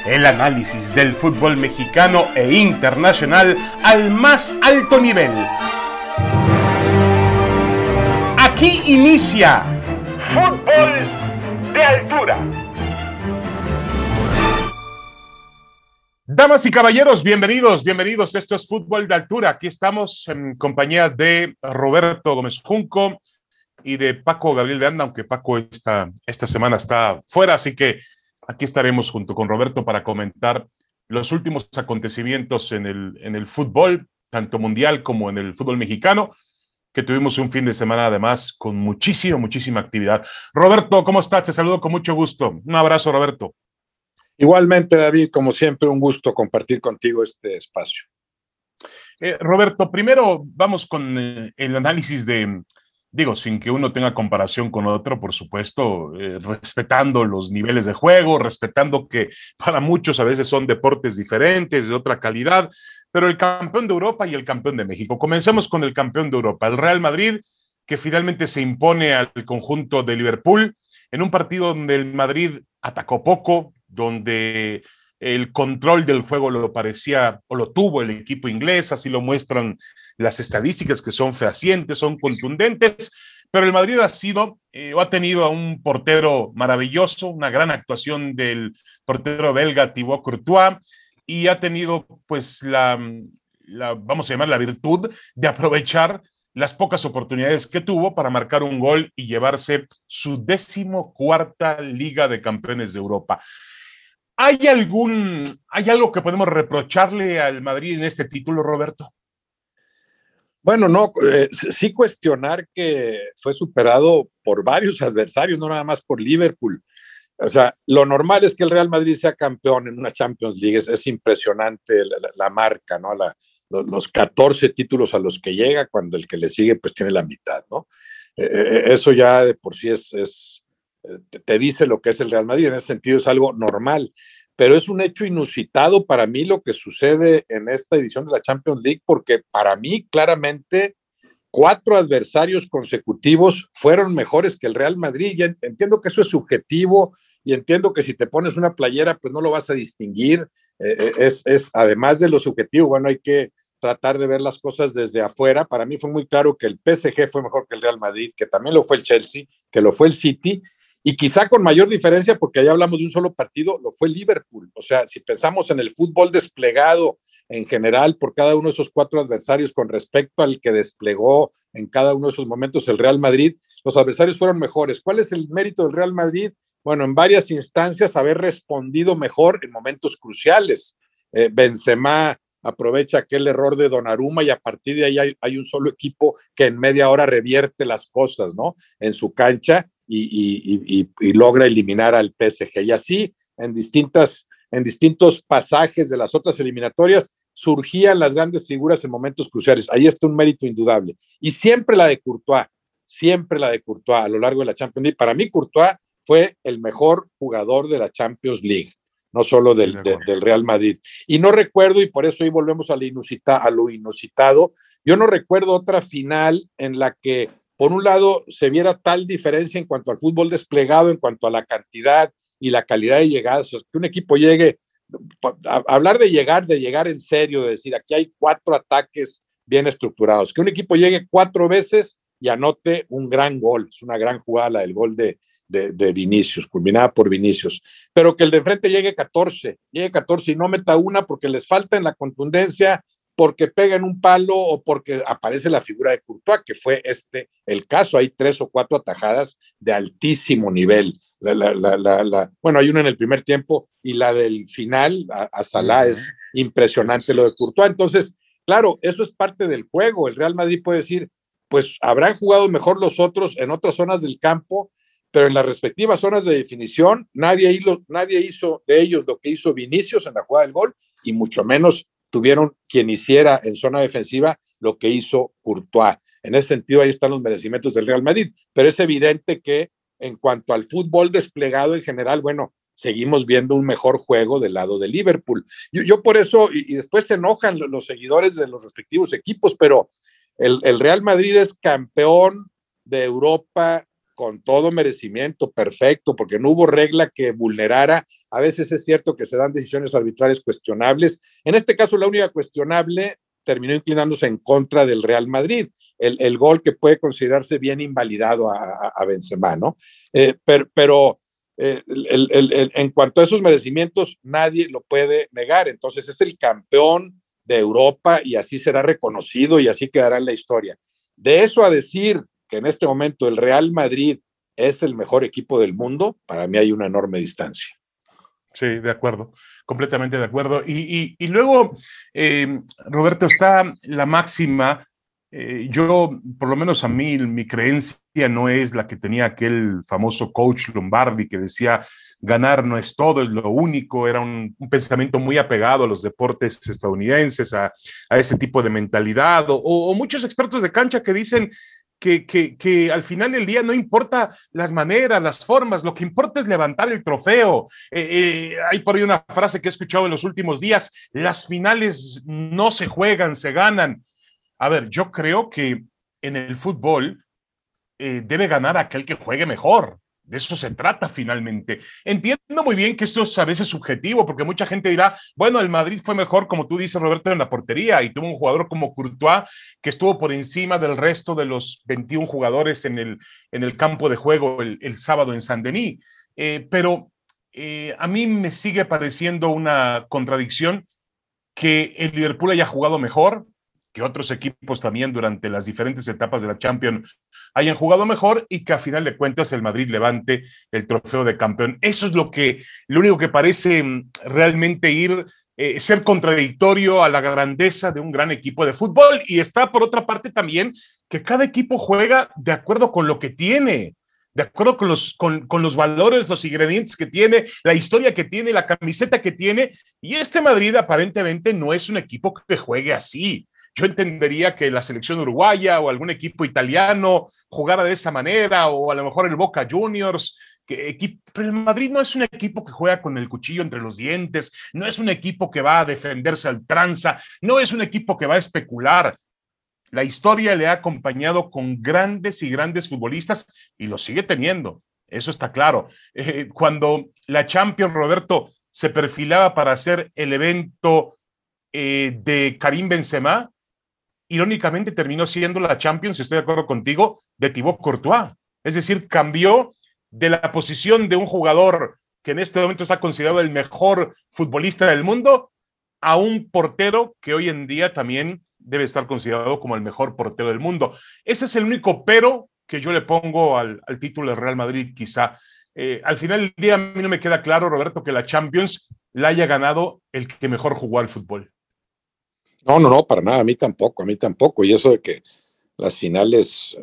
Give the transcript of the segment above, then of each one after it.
El análisis del fútbol mexicano e internacional al más alto nivel. Aquí inicia Fútbol de Altura. Damas y caballeros, bienvenidos. Esto es Fútbol de Altura. Aquí estamos en compañía de Roberto Gómez Junco y de Paco Gabriel de Anda, aunque Paco esta semana está fuera, así que aquí estaremos junto con Roberto para comentar los últimos acontecimientos en el fútbol, tanto mundial como en el fútbol mexicano, que tuvimos un fin de semana además con muchísima actividad. Roberto, ¿cómo estás? Te saludo con mucho gusto. Un abrazo, Roberto. Igualmente, David, como siempre, un gusto compartir contigo este espacio. Roberto, primero vamos con el análisis sin que uno tenga comparación con otro, por supuesto, respetando los niveles de juego, respetando que para muchos a veces son deportes diferentes, de otra calidad, pero el campeón de Europa y el campeón de México. Comencemos con el campeón de Europa, el Real Madrid, que finalmente se impone al conjunto de Liverpool en un partido donde el Madrid atacó poco, donde el control del juego lo tuvo el equipo inglés, así lo muestran las estadísticas que son fehacientes, son contundentes, pero el Madrid ha tenido a un portero maravilloso, una gran actuación del portero belga Thibaut Courtois, y ha tenido pues vamos a llamar la virtud de aprovechar las pocas oportunidades que tuvo para marcar un gol y llevarse su 14ª Liga de Campeones de Europa. ¿Hay algo que podemos reprocharle al Madrid en este título, Roberto? Bueno, no, sí cuestionar que fue superado por varios adversarios, no nada más por Liverpool. O sea, lo normal es que el Real Madrid sea campeón en una Champions League, es impresionante la marca, ¿no? Los 14 títulos a los que llega, cuando el que le sigue pues tiene la mitad, ¿no? Eso ya de por sí te dice lo que es el Real Madrid, en ese sentido es algo normal, pero es un hecho inusitado para mí lo que sucede en esta edición de la Champions League, porque para mí claramente 4 adversarios consecutivos fueron mejores que el Real Madrid. Ya entiendo que eso es subjetivo y entiendo que si te pones una playera pues no lo vas a distinguir, además de lo subjetivo, bueno, hay que tratar de ver las cosas desde afuera. Para mí fue muy claro que el PSG fue mejor que el Real Madrid, que también lo fue el Chelsea, que lo fue el City, y quizá con mayor diferencia, porque allá hablamos de un solo partido, lo fue Liverpool. O sea, si pensamos en el fútbol desplegado en general por cada uno de esos 4 adversarios con respecto al que desplegó en cada uno de esos momentos el Real Madrid, los adversarios fueron mejores. ¿Cuál es el mérito del Real Madrid? Bueno, en varias instancias haber respondido mejor en momentos cruciales. Benzema aprovecha aquel error de Donnarumma y a partir de ahí hay un solo equipo que en media hora revierte las cosas, ¿no? En su cancha y logra eliminar al PSG. Y así, en distintos pasajes de las otras eliminatorias, surgían las grandes figuras en momentos cruciales. Ahí está un mérito indudable. Y siempre la de Courtois a lo largo de la Champions League. Para mí, Courtois fue el mejor jugador de la Champions League, no solo del Real Madrid. Y no recuerdo, y por eso ahí volvemos a lo inusitado, yo no recuerdo otra final en la que, por un lado, se viera tal diferencia en cuanto al fútbol desplegado, en cuanto a la cantidad y la calidad de llegadas, que un equipo llegue, hablar de llegar en serio, de decir, aquí hay 4 ataques bien estructurados, que un equipo llegue 4 veces y anote un gran gol, es una gran jugada la del gol de Vinicius, culminada por Vinicius, pero que el de enfrente llegue 14 y no meta una porque les falta en la contundencia, porque pega en un palo o porque aparece la figura de Courtois, que fue el caso. Hay 3 o 4 atajadas de altísimo nivel. Bueno, hay una en el primer tiempo y la del final a Salah es impresionante lo de Courtois. Entonces, claro, eso es parte del juego. El Real Madrid puede decir, pues habrán jugado mejor los otros en otras zonas del campo, pero en las respectivas zonas de definición nadie hizo de ellos lo que hizo Vinicius en la jugada del gol, y mucho menos tuvieron quien hiciera en zona defensiva lo que hizo Courtois. En ese sentido, ahí están los merecimientos del Real Madrid, pero es evidente que en cuanto al fútbol desplegado en general, bueno, seguimos viendo un mejor juego del lado de Liverpool. Yo por eso, y después se enojan los seguidores de los respectivos equipos, pero el Real Madrid es campeón de Europa con todo merecimiento, perfecto, porque no hubo regla que vulnerara. A veces es cierto que se dan decisiones arbitrales cuestionables. En este caso, la única cuestionable terminó inclinándose en contra del Real Madrid, el gol que puede considerarse bien invalidado a Benzema, ¿no? Pero en cuanto a esos merecimientos, nadie lo puede negar. Entonces es el campeón de Europa y así será reconocido y así quedará en la historia. De eso a decir que en este momento el Real Madrid es el mejor equipo del mundo, para mí hay una enorme distancia. Sí, de acuerdo, completamente de acuerdo. Y luego, Roberto, está la máxima. Yo, por lo menos a mí, mi creencia no es la que tenía aquel famoso coach Lombardi que decía, ganar no es todo, es lo único. Era un pensamiento muy apegado a los deportes estadounidenses, a ese tipo de mentalidad, o muchos expertos de cancha que dicen que al final del día no importa las maneras, las formas, lo que importa es levantar el trofeo. Hay por ahí una frase que he escuchado en los últimos días, las finales no se juegan, se ganan. A ver, yo creo que en el fútbol debe ganar aquel que juegue mejor. De eso se trata finalmente. Entiendo muy bien que esto es a veces subjetivo, porque mucha gente dirá, bueno, el Madrid fue mejor, como tú dices, Roberto, en la portería, y tuvo un jugador como Courtois, que estuvo por encima del resto de los 21 jugadores en el campo de juego el sábado en Saint-Denis. Pero a mí me sigue pareciendo una contradicción que el Liverpool haya jugado mejor, que otros equipos también durante las diferentes etapas de la Champions hayan jugado mejor y que a final de cuentas el Madrid levante el trofeo de campeón. Eso es lo único que parece realmente ser contradictorio a la grandeza de un gran equipo de fútbol. Y está por otra parte también que cada equipo juega de acuerdo con lo que tiene, de acuerdo con los valores, los ingredientes que tiene, la historia que tiene, la camiseta que tiene. Y este Madrid aparentemente no es un equipo que juegue así. Yo entendería que la selección uruguaya o algún equipo italiano jugara de esa manera, o a lo mejor el Boca Juniors, pero el Madrid no es un equipo que juega con el cuchillo entre los dientes, no es un equipo que va a defenderse al tranza, no es un equipo que va a especular. La historia le ha acompañado con grandes y grandes futbolistas y lo sigue teniendo, eso está claro. Cuando la Champions, Roberto, se perfilaba para hacer el evento de Karim Benzema, irónicamente terminó siendo la Champions, estoy de acuerdo contigo, de Thibaut Courtois. Es decir, cambió de la posición de un jugador que en este momento está considerado el mejor futbolista del mundo a un portero que hoy en día también debe estar considerado como el mejor portero del mundo. Ese es el único pero que yo le pongo al título de Real Madrid, quizá. Al final del día a mí no me queda claro, Roberto, que la Champions la haya ganado el que mejor jugó al fútbol. No, para nada, a mí tampoco. Y eso de que las finales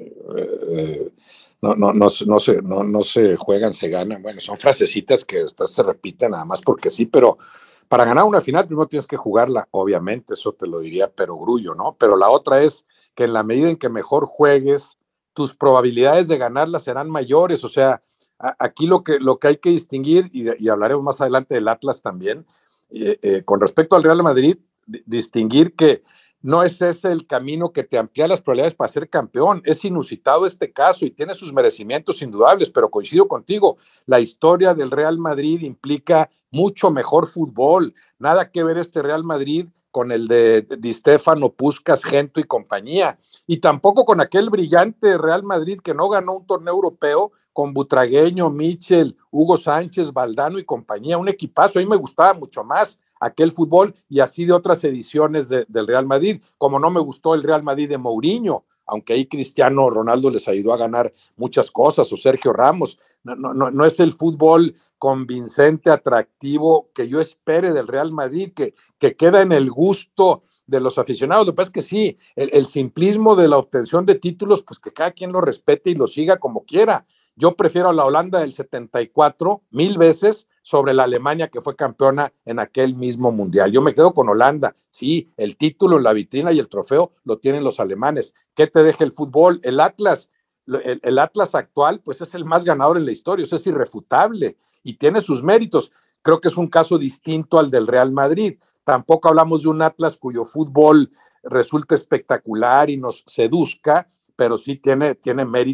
no se juegan, se ganan. Bueno, son frasecitas que se repiten nada más porque sí, pero para ganar una final primero tienes que jugarla, obviamente, eso te lo diría Perogrullo, ¿no? Pero la otra es que en la medida en que mejor juegues, tus probabilidades de ganarla serán mayores. O sea, aquí lo que hay que distinguir, y hablaremos más adelante del Atlas también, con respecto al Real Madrid, distinguir que no es ese el camino que te amplía las probabilidades para ser campeón. Es inusitado este caso y tiene sus merecimientos indudable, pero coincido contigo, la historia del Real Madrid implica mucho mejor fútbol. Nada que ver este Real Madrid con el de Di Stéfano, Puskás, Gento y compañía, y tampoco con aquel brillante Real Madrid que no ganó un torneo europeo con Butragueño, Michel, Hugo Sánchez, Valdano y compañía, un equipazo. A mí me gustaba mucho más aquel fútbol y así de otras ediciones del Real Madrid, como no me gustó el Real Madrid de Mourinho, aunque ahí Cristiano Ronaldo les ayudó a ganar muchas cosas, o Sergio Ramos. No es el fútbol convincente, atractivo que yo espere del Real Madrid, que queda en el gusto de los aficionados. Lo que pasa es que sí, el simplismo de la obtención de títulos, pues que cada quien lo respete y lo siga como quiera. Yo prefiero a la Holanda del 74 mil veces sobre la Alemania que fue campeona en aquel mismo mundial. Yo me quedo con Holanda. Sí, el título, la vitrina y el trofeo lo tienen los alemanes. ¿Qué te deja el fútbol? El Atlas actual, pues es el más ganador en la historia, eso es irrefutable y tiene sus méritos. Creo que es un caso distinto al del Real Madrid. Tampoco hablamos de un Atlas cuyo fútbol resulta espectacular y nos seduzca, pero sí tiene méritos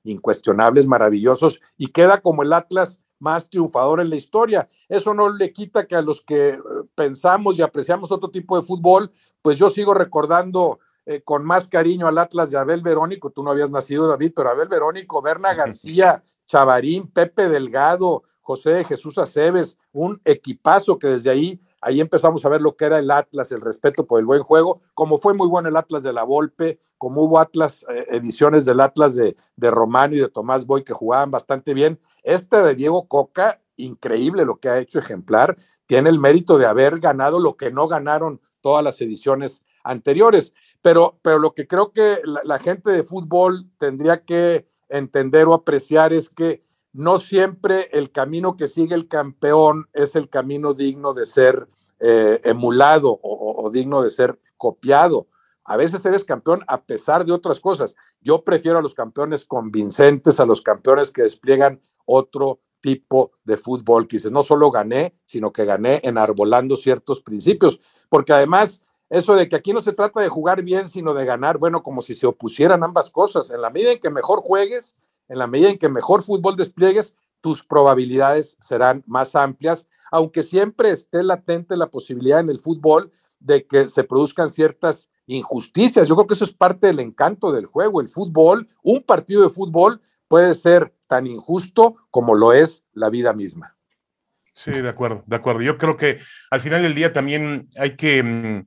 incuestionables, maravillosos, y queda como el Atlas más triunfador en la historia. Eso no le quita que a los que pensamos y apreciamos otro tipo de fútbol, pues yo sigo recordando con más cariño al Atlas de Abel Verónico. Tú no habías nacido, David, pero Abel Verónico, Berna García, Chavarín, Pepe Delgado, José Jesús Aceves, un equipazo que desde ahí empezamos a ver lo que era el Atlas, el respeto por el buen juego, como fue muy bueno el Atlas de la Volpe, como hubo Atlas, ediciones del Atlas de Romano y de Tomás Boy que jugaban bastante bien. Este de Diego Coca, increíble lo que ha hecho, ejemplar, tiene el mérito de haber ganado lo que no ganaron todas las ediciones anteriores. Pero lo que creo que la gente de fútbol tendría que entender o apreciar es que no siempre el camino que sigue el campeón es el camino digno de ser emulado o digno de ser copiado. A veces eres campeón a pesar de otras cosas. Yo prefiero a los campeones convincentes, a los campeones que despliegan otro tipo de fútbol, que dices, no solo gané, sino que gané enarbolando ciertos principios, porque además eso de que aquí no se trata de jugar bien, sino de ganar, bueno, como si se opusieran ambas cosas. En la medida en que mejor juegues, en la medida en que mejor fútbol despliegues, tus probabilidades serán más amplias, aunque siempre esté latente la posibilidad en el fútbol de que se produzcan ciertas injusticias. Yo creo que eso es parte del encanto del juego. El fútbol, un partido de fútbol puede ser tan injusto como lo es la vida misma. Sí, de acuerdo, de acuerdo. Yo creo que al final del día también hay que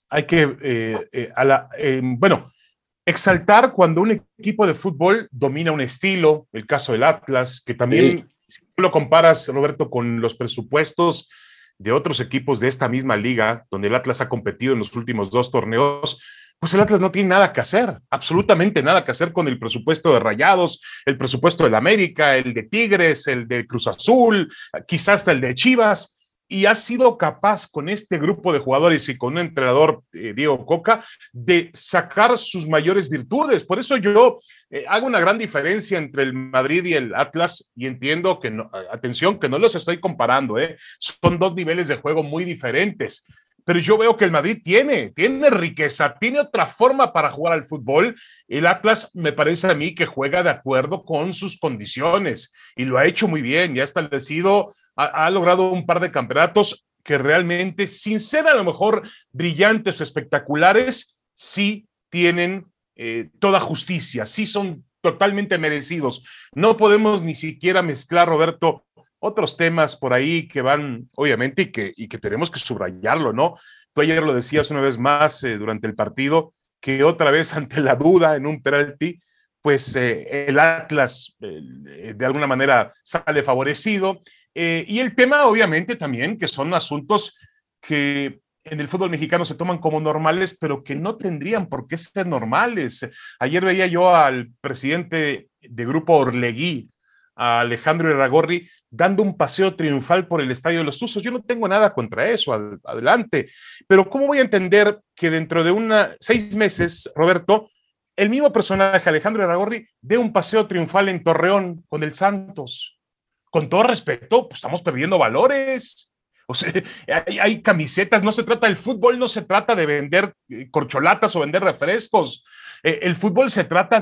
bueno, exaltar cuando un equipo de fútbol domina un estilo, el caso del Atlas, que también, si tú lo comparas, Roberto, con los presupuestos de otros equipos de esta misma liga, donde el Atlas ha competido en los últimos 2 torneos, pues el Atlas no tiene nada que hacer, absolutamente nada que hacer con el presupuesto de Rayados, el presupuesto del América, el de Tigres, el de Cruz Azul, quizás hasta el de Chivas, y ha sido capaz con este grupo de jugadores y con un entrenador, Diego Coca, de sacar sus mayores virtudes. Por eso yo hago una gran diferencia entre el Madrid y el Atlas y entiendo que, no, atención, que no los estoy comparando, son dos niveles de juego muy diferentes. Pero yo veo que el Madrid tiene riqueza, tiene otra forma para jugar al fútbol. El Atlas me parece a mí que juega de acuerdo con sus condiciones y lo ha hecho muy bien, ya ha establecido, ha logrado un par de campeonatos que realmente, sin ser a lo mejor brillantes o espectaculares, sí tienen toda justicia, sí son totalmente merecidos. No podemos ni siquiera mezclar, Roberto, otros temas por ahí que van, obviamente, y que tenemos que subrayarlo, ¿no? Tú ayer lo decías una vez más durante el partido, que otra vez ante la duda en un penalti, pues el Atlas de alguna manera sale favorecido. Y el tema, obviamente, también, que son asuntos que en el fútbol mexicano se toman como normales, pero que no tendrían por qué ser normales. Ayer veía yo al presidente de Grupo Orlegui, a Alejandro Irragorri, dando un paseo triunfal por el Estadio de los Tuzos. Yo no tengo nada contra eso, adelante. Pero ¿cómo voy a entender que dentro de 6 meses, Roberto, el mismo personaje, Alejandro Irragorri, dé un paseo triunfal en Torreón con el Santos? Con todo respeto, pues estamos perdiendo valores. O sea, hay camisetas, no se trata del fútbol, no se trata de vender corcholatas o vender refrescos. El fútbol se trata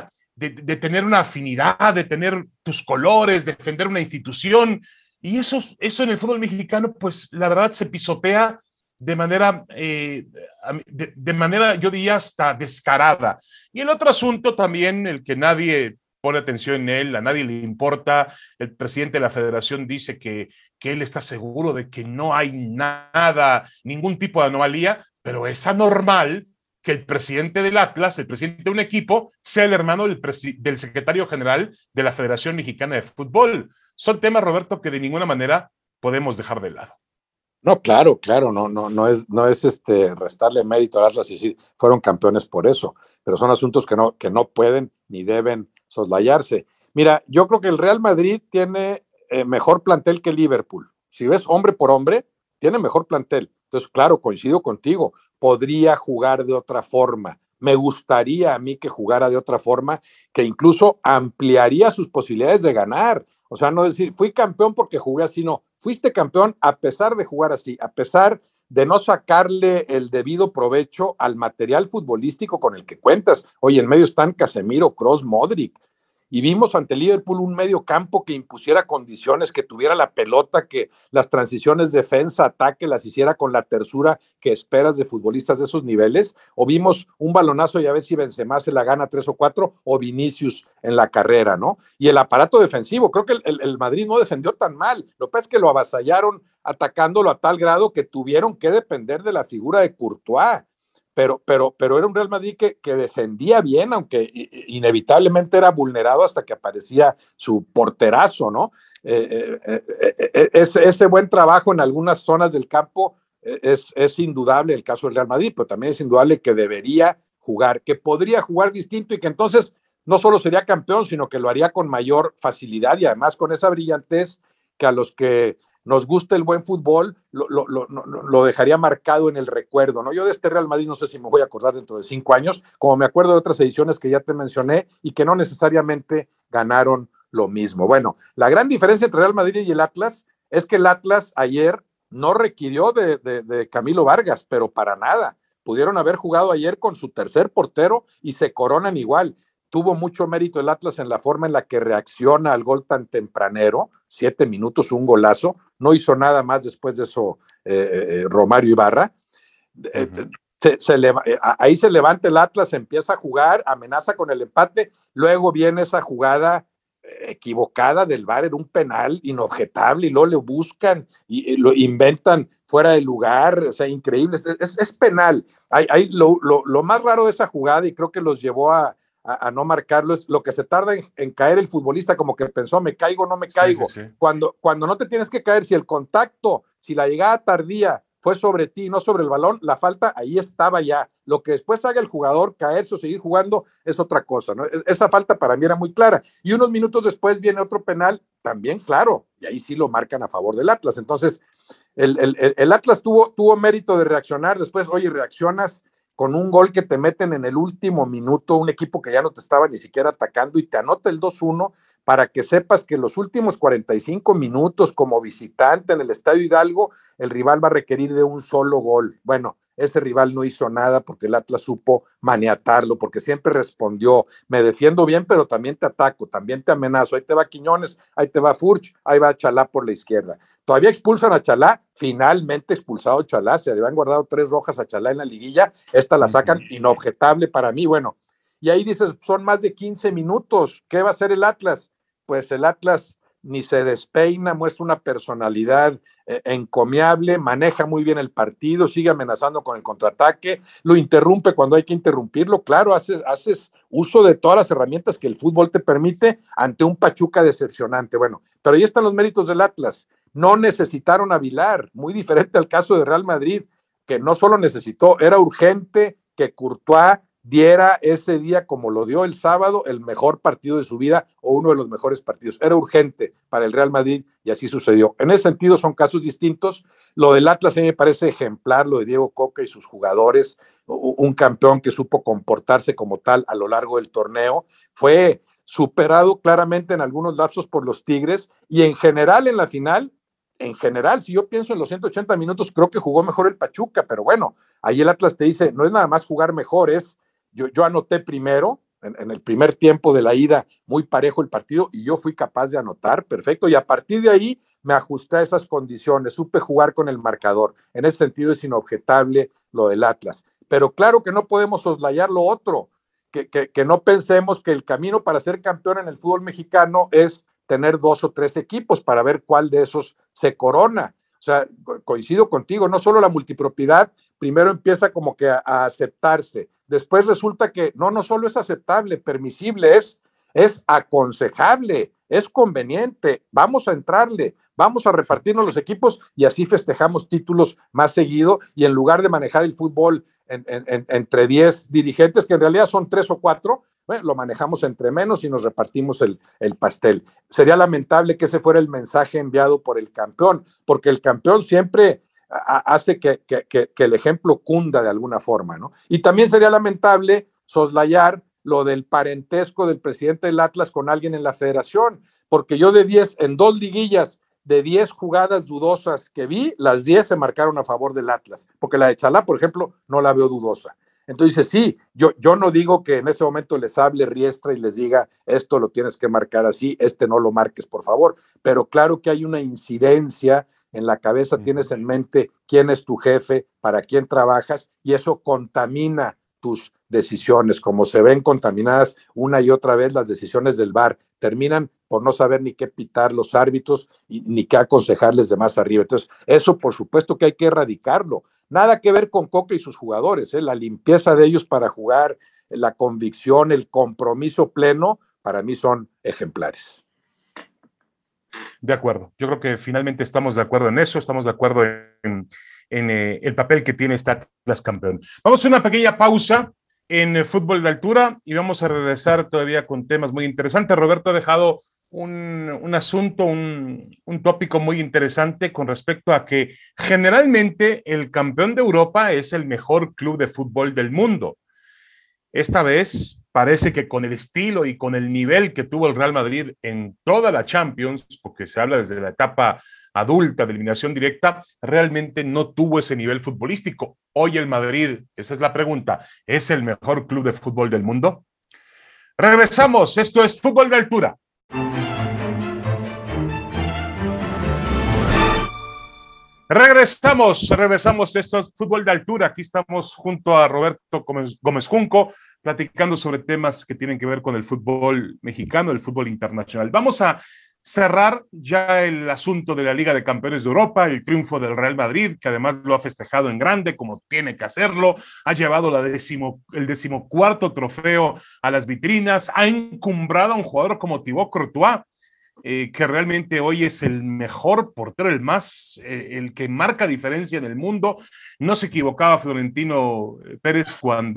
de tener una afinidad, de tener tus colores, defender una institución. Y eso en el fútbol mexicano, pues la verdad se pisotea de manera, yo diría, hasta descarada. Y el otro asunto también, el que nadie pone atención en él, a nadie le importa. El presidente de la federación dice que él está seguro de que no hay nada, ningún tipo de anomalía, pero es anormal que el presidente del Atlas, el presidente de un equipo, sea el hermano del secretario general de la Federación Mexicana de Fútbol. Son temas, Roberto, que de ninguna manera podemos dejar de lado. No, claro, no es restarle mérito al Atlas y decir, fueron campeones por eso, pero son asuntos que no pueden ni deben soslayarse. Mira, yo creo que el Real Madrid tiene mejor plantel que Liverpool. Si ves hombre por hombre, tiene mejor plantel. Entonces, claro, coincido contigo, podría jugar de otra forma. Me gustaría a mí que jugara de otra forma, que incluso ampliaría sus posibilidades de ganar. O sea, no decir, fui campeón porque jugué así, no. Fuiste campeón a pesar de jugar así, a pesar de no sacarle el debido provecho al material futbolístico con el que cuentas. Oye, en medio están Casemiro, Kroos, Modric. y vimos ante Liverpool un medio campo que impusiera condiciones, que tuviera la pelota, que las transiciones defensa-ataque las hiciera con la tersura que esperas de futbolistas de esos niveles, o vimos un balonazo y a ver si Benzema se la gana 3 o 4, o Vinicius en la carrera, ¿no? Y el aparato defensivo, creo que el Madrid no defendió tan mal, lo que pasa es que lo avasallaron atacándolo a tal grado que tuvieron que depender de la figura de Courtois, pero era un Real Madrid que defendía bien, aunque inevitablemente era vulnerado hasta que aparecía su porterazo, ¿no? Ese buen trabajo en algunas zonas del campo es indudable el caso del Real Madrid, pero también es indudable que debería jugar, que podría jugar distinto y que entonces no solo sería campeón, sino que lo haría con mayor facilidad y además con esa brillantez que a los que nos gusta el buen fútbol, lo dejaría marcado en el recuerdo, ¿no? Yo de este Real Madrid no sé si me voy a acordar dentro de 5 años, como me acuerdo de otras ediciones que ya te mencioné y que no necesariamente ganaron lo mismo. Bueno, la gran diferencia entre Real Madrid y el Atlas es que el Atlas ayer no requirió de Camilo Vargas, pero para nada. Pudieron haber jugado ayer con su tercer portero y se coronan igual. Tuvo mucho mérito el Atlas en la forma en la que reacciona al gol tan tempranero, 7 minutos, un golazo, no hizo nada más después de eso Romario Ibarra. Uh-huh. Ahí se levanta el Atlas, empieza a jugar, amenaza con el empate, luego viene esa jugada equivocada del VAR, era un penal inobjetable y luego le buscan y lo inventan fuera de lugar, o sea, increíble, es penal. Lo más raro de esa jugada y creo que los llevó a no marcarlo, es lo que se tarda en caer el futbolista, como que pensó, me caigo, no me caigo. Sí. Cuando no te tienes que caer, si el contacto, si la llegada tardía fue sobre ti, no sobre el balón, la falta ahí estaba ya. Lo que después haga el jugador caerse o seguir jugando es otra cosa, ¿no? Esa falta para mí era muy clara. Y unos minutos después viene otro penal, también claro, y ahí sí lo marcan a favor del Atlas. Entonces, el Atlas tuvo mérito de reaccionar, después, oye, reaccionas con un gol que te meten en el último minuto, un equipo que ya no te estaba ni siquiera atacando y te anota el 2-1 para que sepas que los últimos 45 minutos como visitante en el Estadio Hidalgo, el rival va a requerir de un solo gol. Bueno, ese rival no hizo nada porque el Atlas supo maniatarlo, porque siempre respondió, me defiendo bien, pero también te ataco, también te amenazo, ahí te va Quiñones, ahí te va Furch, ahí va Chalá por la izquierda. Todavía expulsan a Chalá, finalmente expulsado Chalá, se le habían guardado 3 rojas a Chalá en la liguilla, esta la sacan inobjetable para mí, bueno, y ahí dices, son más de 15 minutos, ¿qué va a hacer el Atlas? Pues el Atlas ni se despeina, muestra una personalidad encomiable, maneja muy bien el partido, sigue amenazando con el contraataque, lo interrumpe cuando hay que interrumpirlo, claro, haces uso de todas las herramientas que el fútbol te permite ante un Pachuca decepcionante, bueno, pero ahí están los méritos del Atlas, no necesitaron a Vilar, muy diferente al caso de Real Madrid, que no solo necesitó, era urgente que Courtois diera ese día, como lo dio el sábado, el mejor partido de su vida o uno de los mejores partidos. Era urgente para el Real Madrid y así sucedió. En ese sentido son casos distintos. Lo del Atlas a mí me parece ejemplar, lo de Diego Coca y sus jugadores, un campeón que supo comportarse como tal a lo largo del torneo. Fue superado claramente en algunos lapsos por los Tigres y en general en la final, si yo pienso en los 180 minutos, creo que jugó mejor el Pachuca, pero bueno, ahí el Atlas te dice, no es nada más jugar mejor, es yo anoté primero, en el primer tiempo de la ida, muy parejo el partido, y yo fui capaz de anotar, perfecto, y a partir de ahí me ajusté a esas condiciones, supe jugar con el marcador. En ese sentido es inobjetable lo del Atlas. Pero claro que no podemos soslayar lo otro, que no pensemos que el camino para ser campeón en el fútbol mexicano es tener 2 o 3 equipos para ver cuál de esos se corona. O sea, coincido contigo, no solo la multipropiedad, primero empieza como que a aceptarse, después resulta que no solo es aceptable, permisible, es aconsejable, es conveniente, vamos a entrarle, vamos a repartirnos los equipos y así festejamos títulos más seguido y en lugar de manejar el fútbol entre 10 dirigentes, que en realidad son 3 o 4, bueno, lo manejamos entre menos y nos repartimos el pastel. Sería lamentable que ese fuera el mensaje enviado por el campeón, porque el campeón siempre hace que el ejemplo cunda de alguna forma, ¿no? Y también sería lamentable soslayar lo del parentesco del presidente del Atlas con alguien en la federación, porque yo en 2 liguillas, de 10 jugadas dudosas que vi, las 10 se marcaron a favor del Atlas, porque la de Chalá, por ejemplo, no la veo dudosa. Entonces, sí, yo no digo que en ese momento les hable Riestra y les diga, esto lo tienes que marcar así, no lo marques, por favor, pero claro que hay una incidencia en la cabeza, tienes en mente quién es tu jefe, para quién trabajas, y eso contamina tus decisiones, como se ven contaminadas una y otra vez las decisiones del VAR, terminan por no saber ni qué pitar los árbitros ni qué aconsejarles de más arriba. Entonces, eso por supuesto que hay que erradicarlo. Nada que ver con Coca y sus jugadores, la limpieza de ellos para jugar, la convicción, el compromiso pleno, para mí son ejemplares. De acuerdo. Yo creo que finalmente estamos de acuerdo en eso, estamos de acuerdo en el papel que tiene este Atlas campeón. Vamos a una pequeña pausa en fútbol de altura y vamos a regresar todavía con temas muy interesantes. Roberto ha dejado un asunto, un tópico muy interesante con respecto a que generalmente el campeón de Europa es el mejor club de fútbol del mundo. Esta vez parece que con el estilo y con el nivel que tuvo el Real Madrid en toda la Champions, porque se habla desde la etapa adulta de eliminación directa, realmente no tuvo ese nivel futbolístico. Hoy el Madrid, esa es la pregunta, ¿es el mejor club de fútbol del mundo? Regresamos, esto es Fútbol de Altura. Regresamos, esto es Fútbol de Altura. Aquí estamos junto a Roberto Gómez Junco, platicando sobre temas que tienen que ver con el fútbol mexicano, el fútbol internacional. Vamos a cerrar ya el asunto de la Liga de Campeones de Europa, el triunfo del Real Madrid, que además lo ha festejado en grande, como tiene que hacerlo, ha llevado el 14º trofeo a las vitrinas, ha encumbrado a un jugador como Thibaut Courtois, que realmente hoy es el mejor portero, el que marca diferencia en el mundo. No se equivocaba Florentino Pérez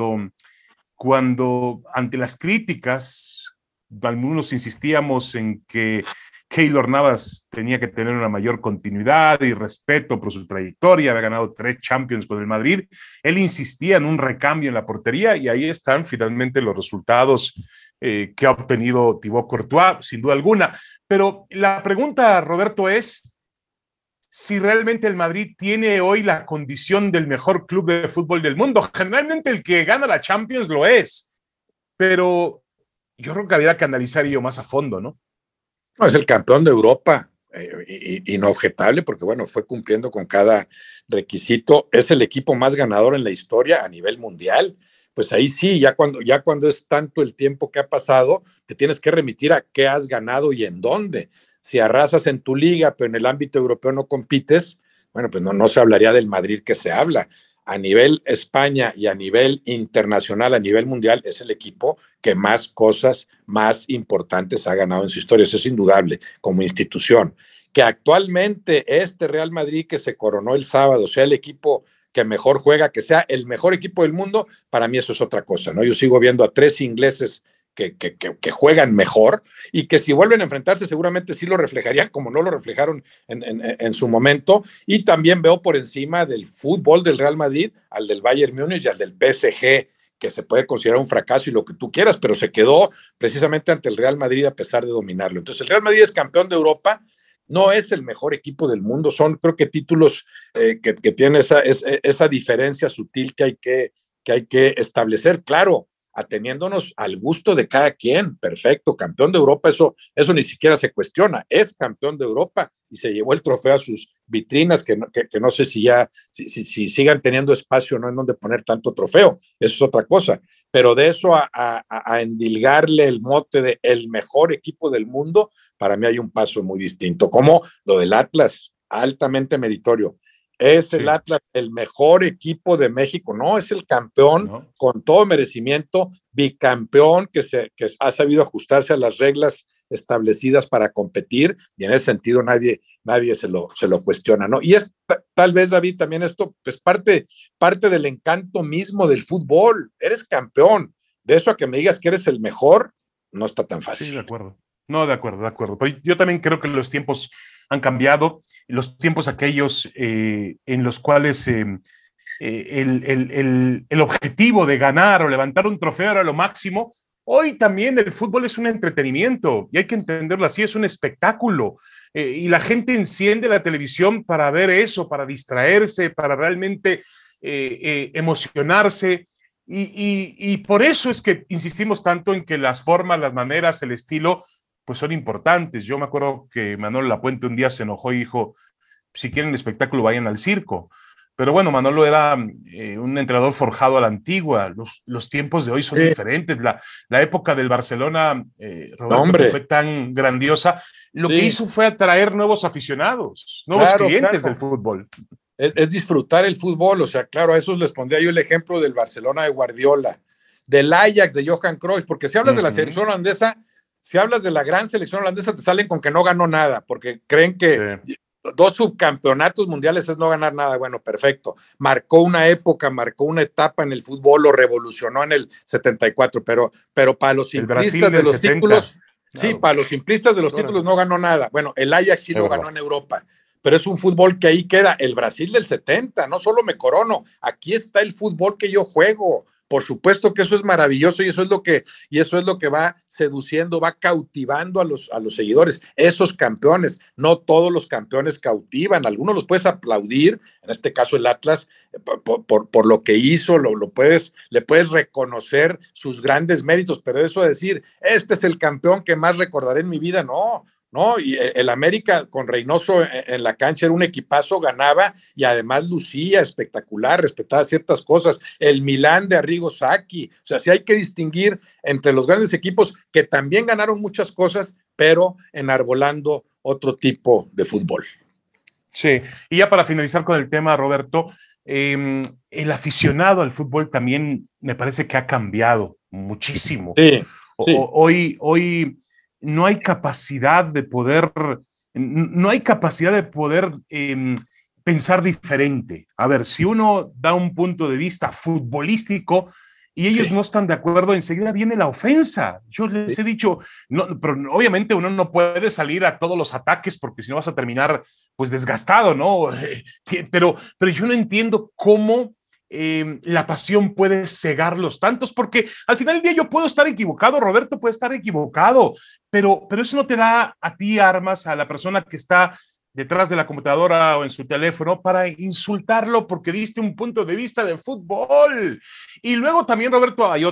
cuando ante las críticas, algunos insistíamos en que Keylor Navas tenía que tener una mayor continuidad y respeto por su trayectoria, había ganado 3 Champions con el Madrid, él insistía en un recambio en la portería y ahí están finalmente los resultados que ha obtenido Thibaut Courtois, sin duda alguna. Pero la pregunta, Roberto, es si realmente el Madrid tiene hoy la condición del mejor club de fútbol del mundo. Generalmente el que gana la Champions lo es, pero yo creo que habría que analizar ello más a fondo, ¿no? No, es el campeón de Europa, inobjetable, porque bueno, fue cumpliendo con cada requisito. Es el equipo más ganador en la historia a nivel mundial. Pues ahí sí, ya cuando es tanto el tiempo que ha pasado, te tienes que remitir a qué has ganado y en dónde. Si arrasas en tu liga, pero en el ámbito europeo no compites, bueno, pues no se hablaría del Madrid que se habla. A nivel España y a nivel internacional, a nivel mundial, es el equipo que más cosas más importantes ha ganado en su historia. Eso es indudable, como institución. Que actualmente este Real Madrid que se coronó el sábado sea el equipo que mejor juega, que sea el mejor equipo del mundo, para mí eso es otra cosa, ¿no? Yo sigo viendo a 3 ingleses que juegan mejor y que si vuelven a enfrentarse seguramente sí lo reflejarían como no lo reflejaron en su momento, y también veo por encima del fútbol del Real Madrid al del Bayern Múnich y al del PSG, que se puede considerar un fracaso y lo que tú quieras, pero se quedó precisamente ante el Real Madrid a pesar de dominarlo. Entonces el Real Madrid es campeón de Europa, no es el mejor equipo del mundo, son creo que títulos que tienen esa diferencia sutil que hay que establecer, claro, ateniéndonos al gusto de cada quien. Perfecto, campeón de Europa, eso ni siquiera se cuestiona, es campeón de Europa y se llevó el trofeo a sus vitrinas, que no sé si sigan teniendo espacio, no en donde poner tanto trofeo, eso es otra cosa, pero de eso a endilgarle el mote de el mejor equipo del mundo, para mí hay un paso muy distinto, como lo del Atlas, altamente meritorio. Es el Atlas el mejor equipo de México, no, es el campeón con todo merecimiento, bicampeón que ha sabido ajustarse a las reglas establecidas para competir, y en ese sentido nadie se lo cuestiona, ¿no? Y es tal vez, David, también esto, pues parte del encanto mismo del fútbol. Eres campeón, de eso a que me digas que eres el mejor, no está tan fácil. Sí, de acuerdo. No, de acuerdo. Pero yo también creo que los tiempos han cambiado, los tiempos aquellos en los cuales el objetivo de ganar o levantar un trofeo era lo máximo. Hoy también el fútbol es un entretenimiento y hay que entenderlo así, es un espectáculo. Y la gente enciende la televisión para ver eso, para distraerse, para realmente emocionarse. Y por eso es que insistimos tanto en que las formas, las maneras, el estilo, pues son importantes. Yo me acuerdo que Manolo Lapuente un día se enojó y dijo, si quieren espectáculo, vayan al circo. Pero bueno, Manolo era un entrenador forjado a la antigua. Los tiempos de hoy son Sí. diferentes. La época del Barcelona, No, Roberto, que fue hombre, tan grandiosa, lo que sí, hizo fue atraer nuevos aficionados, nuevos claro, clientes del claro. fútbol. Es disfrutar el fútbol, o sea, claro, a esos les pondría yo el ejemplo del Barcelona de Guardiola, del Ajax de Johan Cruyff, porque si hablas de la Ujú. selección holandesa, si hablas de la gran selección holandesa, te salen con que no ganó nada, porque creen Sí, que dos subcampeonatos mundiales es no ganar nada. Bueno, perfecto. Marcó una época, marcó una etapa en el fútbol, lo revolucionó en el 74, pero para los el Brasil simplistas de del los 70, títulos, sí, claro, para los simplistas de los ahora, títulos no ganó nada. Bueno, el Ajax sí es lo verdad. ganó en Europa, pero es un fútbol que ahí queda. El Brasil del 70, no solo me corono, aquí está el fútbol que yo juego. Por supuesto que eso es maravilloso y eso es lo que va seduciendo, va cautivando a los seguidores. Esos campeones, no todos los campeones cautivan, algunos los puedes aplaudir, en este caso el Atlas, por lo que hizo, le puedes reconocer sus grandes méritos, pero eso de decir, este es el campeón que más recordaré en mi vida, no, no, y el América con Reynoso en la cancha era un equipazo, ganaba y además lucía espectacular, respetaba ciertas cosas. El Milán de Arrigo Sacchi, o sea, sí hay que distinguir entre los grandes equipos que también ganaron muchas cosas, pero enarbolando otro tipo de fútbol. Sí, y ya para finalizar con el tema, Roberto, el aficionado al fútbol también me parece que ha cambiado muchísimo. Sí, sí, Hoy no hay capacidad de poder, no hay capacidad de poder pensar diferente. A ver, si uno da un punto de vista futbolístico y ellos sí, no están de acuerdo, enseguida viene la ofensa. Yo sí, les he dicho, no, pero obviamente uno no puede salir a todos los ataques porque si no vas a terminar pues desgastado, ¿no? Pero yo no entiendo cómo la pasión puede cegarlos tantos, porque al final del día yo puedo estar equivocado, Roberto puede estar equivocado, pero eso no te da a ti armas, a la persona que está detrás de la computadora o en su teléfono para insultarlo porque diste un punto de vista de fútbol. Y luego también, Roberto, hay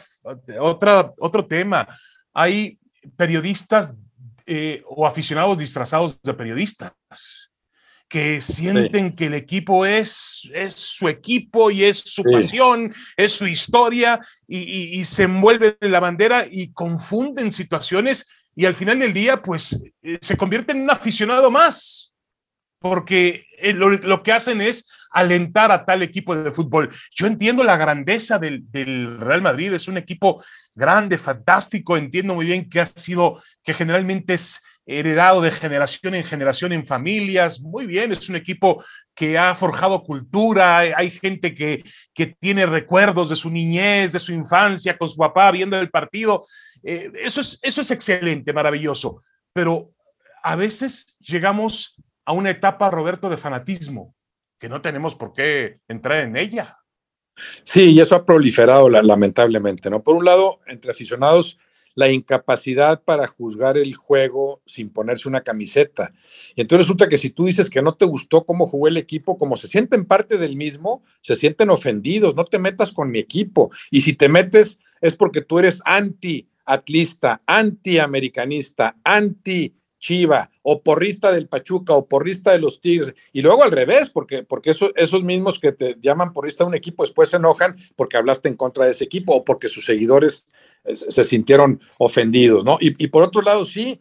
otro tema. Hay periodistas o aficionados disfrazados de periodistas que sí, sienten que el equipo es su equipo y es su sí. pasión, es su historia y se envuelven en la bandera y confunden situaciones y al final del día pues se convierten en un aficionado más porque lo que hacen es alentar a tal equipo de fútbol. Yo entiendo la grandeza del Real Madrid, es un equipo grande, fantástico, entiendo muy bien que ha sido, que generalmente es heredado de generación en generación en familias, muy bien, es un equipo que ha forjado cultura, hay gente que tiene recuerdos de su niñez, de su infancia con su papá viendo el partido, eso es excelente, maravilloso, pero a veces llegamos a una etapa, Roberto, de fanatismo, que no tenemos por qué entrar en ella. Sí, y eso ha proliferado lamentablemente, ¿no? Por un lado, entre aficionados, la incapacidad para juzgar el juego sin ponerse una camiseta. Y entonces resulta que si tú dices que no te gustó cómo jugó el equipo, como se sienten parte del mismo, se sienten ofendidos, no te metas con mi equipo. Y si te metes es porque tú eres anti-atlista, anti-americanista, anti Chiva, o porrista del Pachuca, o porrista de los Tigres, y luego al revés, porque esos mismos que te llaman porrista de un equipo después se enojan porque hablaste en contra de ese equipo o porque sus seguidores se sintieron ofendidos, ¿no? Y por otro lado, sí,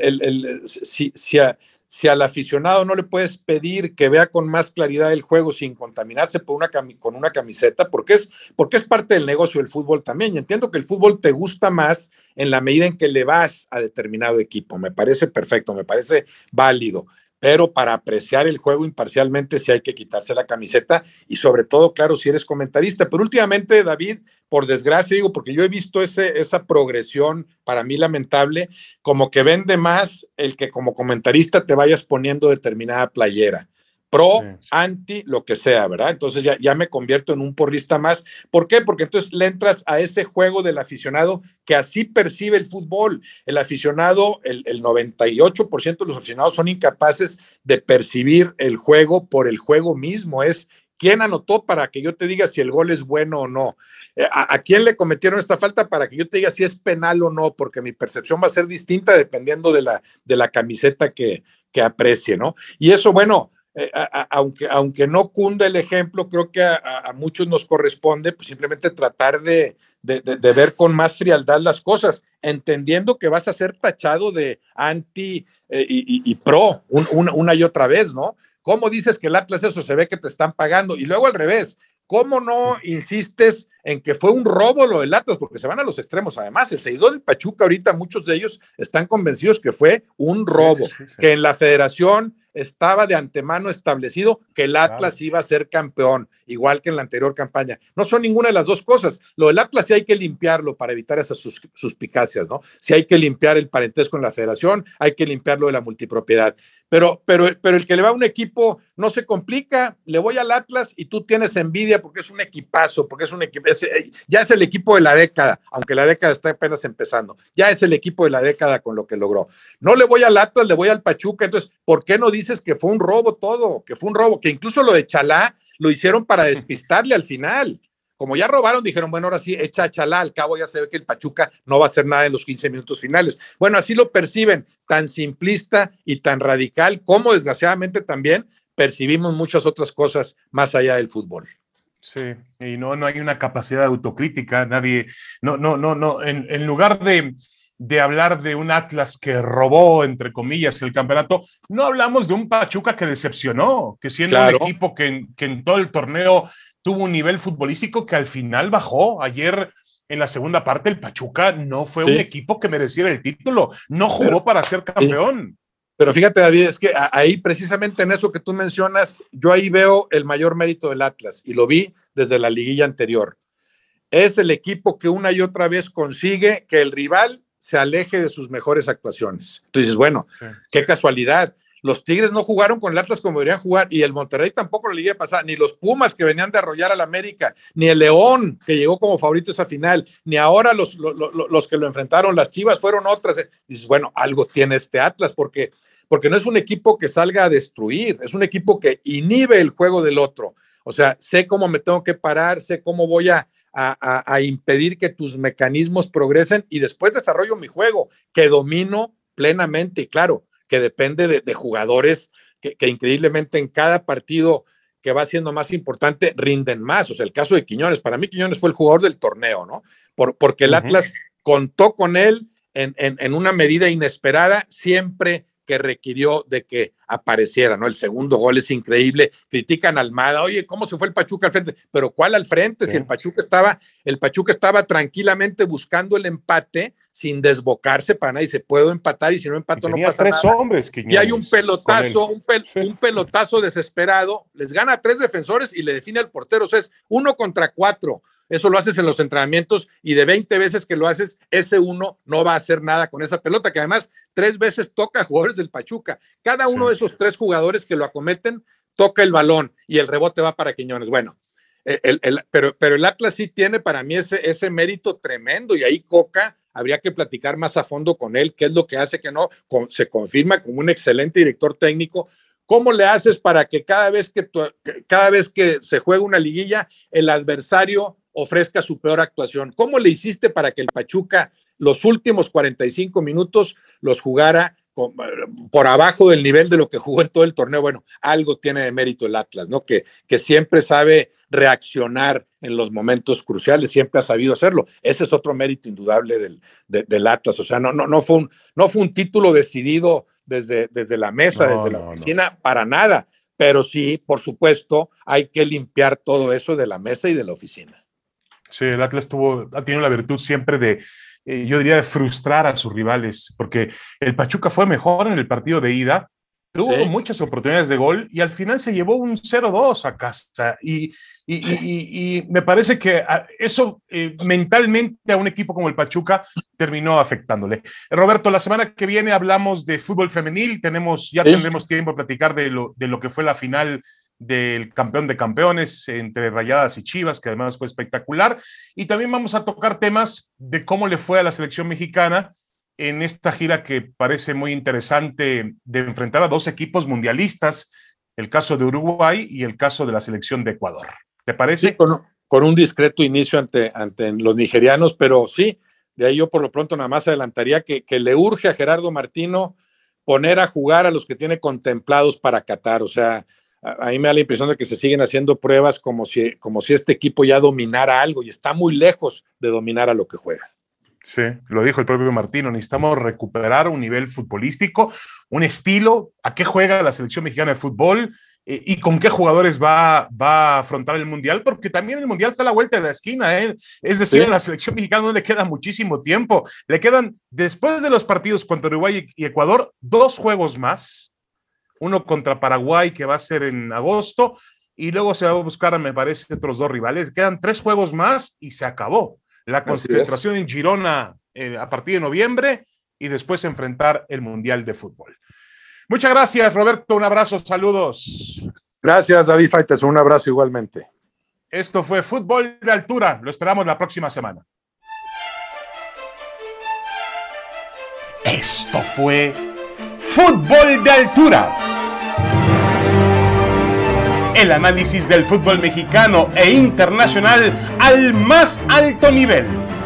si al aficionado no le puedes pedir que vea con más claridad el juego sin contaminarse con una camiseta, porque es parte del negocio del fútbol también. Y entiendo que el fútbol te gusta más en la medida en que le vas a determinado equipo. Me parece perfecto, me parece válido. Pero para apreciar el juego imparcialmente sí hay que quitarse la camiseta y sobre todo, claro, si eres comentarista. Pero últimamente, David, por desgracia, digo, porque yo he visto esa progresión para mí lamentable, como que vende más el que como comentarista te vayas poniendo determinada playera, Sí, pro, sí. anti, lo que sea, ¿verdad? Entonces ya me convierto en un porrista más. ¿Por qué? Porque entonces le entras a ese juego del aficionado que así percibe el fútbol. El aficionado, el 98% de los aficionados son incapaces de percibir el juego por el juego mismo, es ¿Quién anotó para que yo te diga si el gol es bueno o no? ¿A quién le cometieron esta falta para que yo te diga si es penal o no? Porque mi percepción va a ser distinta dependiendo de la camiseta que aprecie, ¿no? Y eso, bueno, aunque no cunda el ejemplo, creo que a muchos nos corresponde pues, simplemente tratar de ver con más frialdad las cosas, entendiendo que vas a ser tachado de anti y pro una y otra vez, ¿no? ¿Cómo dices que el Atlas eso se ve que te están pagando? Y luego al revés, ¿cómo no insistes en que fue un robo lo del Atlas? Porque se van a los extremos. Además, el seguidor del Pachuca ahorita, muchos de ellos están convencidos que fue un robo, que en la federación estaba de antemano establecido que el Atlas iba a ser campeón, igual que en la anterior campaña. No son ninguna de las dos cosas. Lo del Atlas sí hay que limpiarlo para evitar esas suspicacias, ¿no? Sí hay que limpiar el parentesco en la federación, hay que limpiarlo de la multipropiedad. Pero el que le va a un equipo no se complica, le voy al Atlas y tú tienes envidia porque es un equipazo, porque es un equipo, ya es el equipo de la década, aunque la década está apenas empezando, ya es el equipo de la década con lo que logró. No le voy al Atlas, le voy al Pachuca, entonces, ¿por qué no dices que fue un robo todo? Que fue un robo, que incluso lo de Chalá lo hicieron para despistarle al final. Como ya robaron, dijeron, bueno, ahora sí, echa a Chalá, al cabo ya se ve que el Pachuca no va a hacer nada en los 15 minutos finales. Bueno, así lo perciben, tan simplista y tan radical, como desgraciadamente también percibimos muchas otras cosas más allá del fútbol. Sí, y no hay una capacidad de autocrítica, nadie, no, en lugar de hablar de un Atlas que robó, entre comillas, el campeonato, no hablamos de un Pachuca que decepcionó, que siendo un equipo que en todo el torneo tuvo un nivel futbolístico que al final bajó. Ayer, en la segunda parte, el Pachuca no fue un equipo que mereciera el título, no jugó para ser campeón. Pero fíjate, David, es que ahí precisamente en eso que tú mencionas, yo ahí veo el mayor mérito del Atlas y lo vi desde la liguilla anterior. Es el equipo que una y otra vez consigue que el rival se aleje de sus mejores actuaciones. Tú dices, bueno, qué casualidad. Los Tigres no jugaron con el Atlas como deberían jugar y el Monterrey tampoco la liga pasada, ni los Pumas que venían de arrollar al América, ni el León que llegó como favorito a esa final, ni ahora los que lo enfrentaron, las Chivas fueron otras. Y dices, bueno, algo tiene este Atlas porque no es un equipo que salga a destruir, es un equipo que inhibe el juego del otro. O sea, sé cómo me tengo que parar, sé cómo voy a impedir que tus mecanismos progresen y después desarrollo mi juego, que domino plenamente y claro, que depende de jugadores que increíblemente en cada partido que va siendo más importante rinden más. O sea, el caso de Quiñones, para mí Quiñones fue el jugador del torneo, ¿no? Porque el Atlas contó con él en una medida inesperada, siempre que requirió de que apareciera, ¿no? El segundo gol es increíble, critican a Almada, oye, ¿cómo se fue el Pachuca al frente? Pero ¿cuál al frente? Si el Pachuca estaba tranquilamente buscando el empate sin desbocarse para nadie, se puede empatar y si no empato no pasa nada. Hombres, y hay un pelotazo, un pelotazo desesperado, les gana a 3 defensores y le define al portero, o sea, es 1 contra 4. Eso lo haces en los entrenamientos y de 20 veces que lo haces, ese uno no va a hacer nada con esa pelota, que además 3 veces toca a jugadores del Pachuca. Cada uno de esos 3 jugadores que lo acometen toca el balón y el rebote va para Quiñones. Bueno, pero el Atlas sí tiene para mí ese mérito tremendo y ahí Coca habría que platicar más a fondo con él, qué es lo que hace que no se confirma como un excelente director técnico. ¿Cómo le haces para que cada vez que se juega una liguilla, el adversario ofrezca su peor actuación? ¿Cómo le hiciste para que el Pachuca los últimos 45 minutos los jugara por abajo del nivel de lo que jugó en todo el torneo? Bueno, algo tiene de mérito el Atlas, ¿no? Que siempre sabe reaccionar en los momentos cruciales, siempre ha sabido hacerlo. Ese es otro mérito indudable del Atlas. O sea, no fue un título decidido desde la mesa, desde la oficina, para nada. Pero sí, por supuesto, hay que limpiar todo eso de la mesa y de la oficina. Sí, el Atlas ha tenido la virtud siempre de, yo diría, de frustrar a sus rivales, porque el Pachuca fue mejor en el partido de ida, tuvo muchas oportunidades de gol y al final se llevó un 0-2 a casa. Y me parece que eso mentalmente a un equipo como el Pachuca terminó afectándole. Roberto, la semana que viene hablamos de fútbol femenil, tendremos tiempo de platicar de lo que fue la final del campeón de campeones entre Rayadas y Chivas, que además fue espectacular, y también vamos a tocar temas de cómo le fue a la selección mexicana en esta gira que parece muy interesante de enfrentar a 2 equipos mundialistas el caso de Uruguay y el caso de la selección de Ecuador. ¿Te parece? Sí, con un discreto inicio ante los nigerianos, pero sí, de ahí yo por lo pronto nada más adelantaría que le urge a Gerardo Martino poner a jugar a los que tiene contemplados para Qatar. O sea, a mí me da la impresión de que se siguen haciendo pruebas como si este equipo ya dominara algo, y está muy lejos de dominar a lo que juega. Sí, lo dijo el propio Martino, necesitamos recuperar un nivel futbolístico, un estilo, a qué juega la selección mexicana de fútbol y con qué jugadores va a afrontar el Mundial, porque también el Mundial está a la vuelta de la esquina, ¿eh? Es decir, sí, a la selección mexicana no le queda muchísimo tiempo, le quedan, después de los partidos contra Uruguay y Ecuador, 2 juegos más, uno contra Paraguay que va a ser en agosto, y luego se va a buscar, me parece, otros 2 rivales, quedan 3 juegos más y se acabó. La concentración en Girona a partir de noviembre y después enfrentar el Mundial de Fútbol. Muchas gracias, Roberto. Un abrazo, saludos. Gracias, David Faites. Un abrazo igualmente. Esto fue Fútbol de Altura. Lo esperamos la próxima semana. Esto fue Fútbol de Altura. El análisis del fútbol mexicano e internacional al más alto nivel.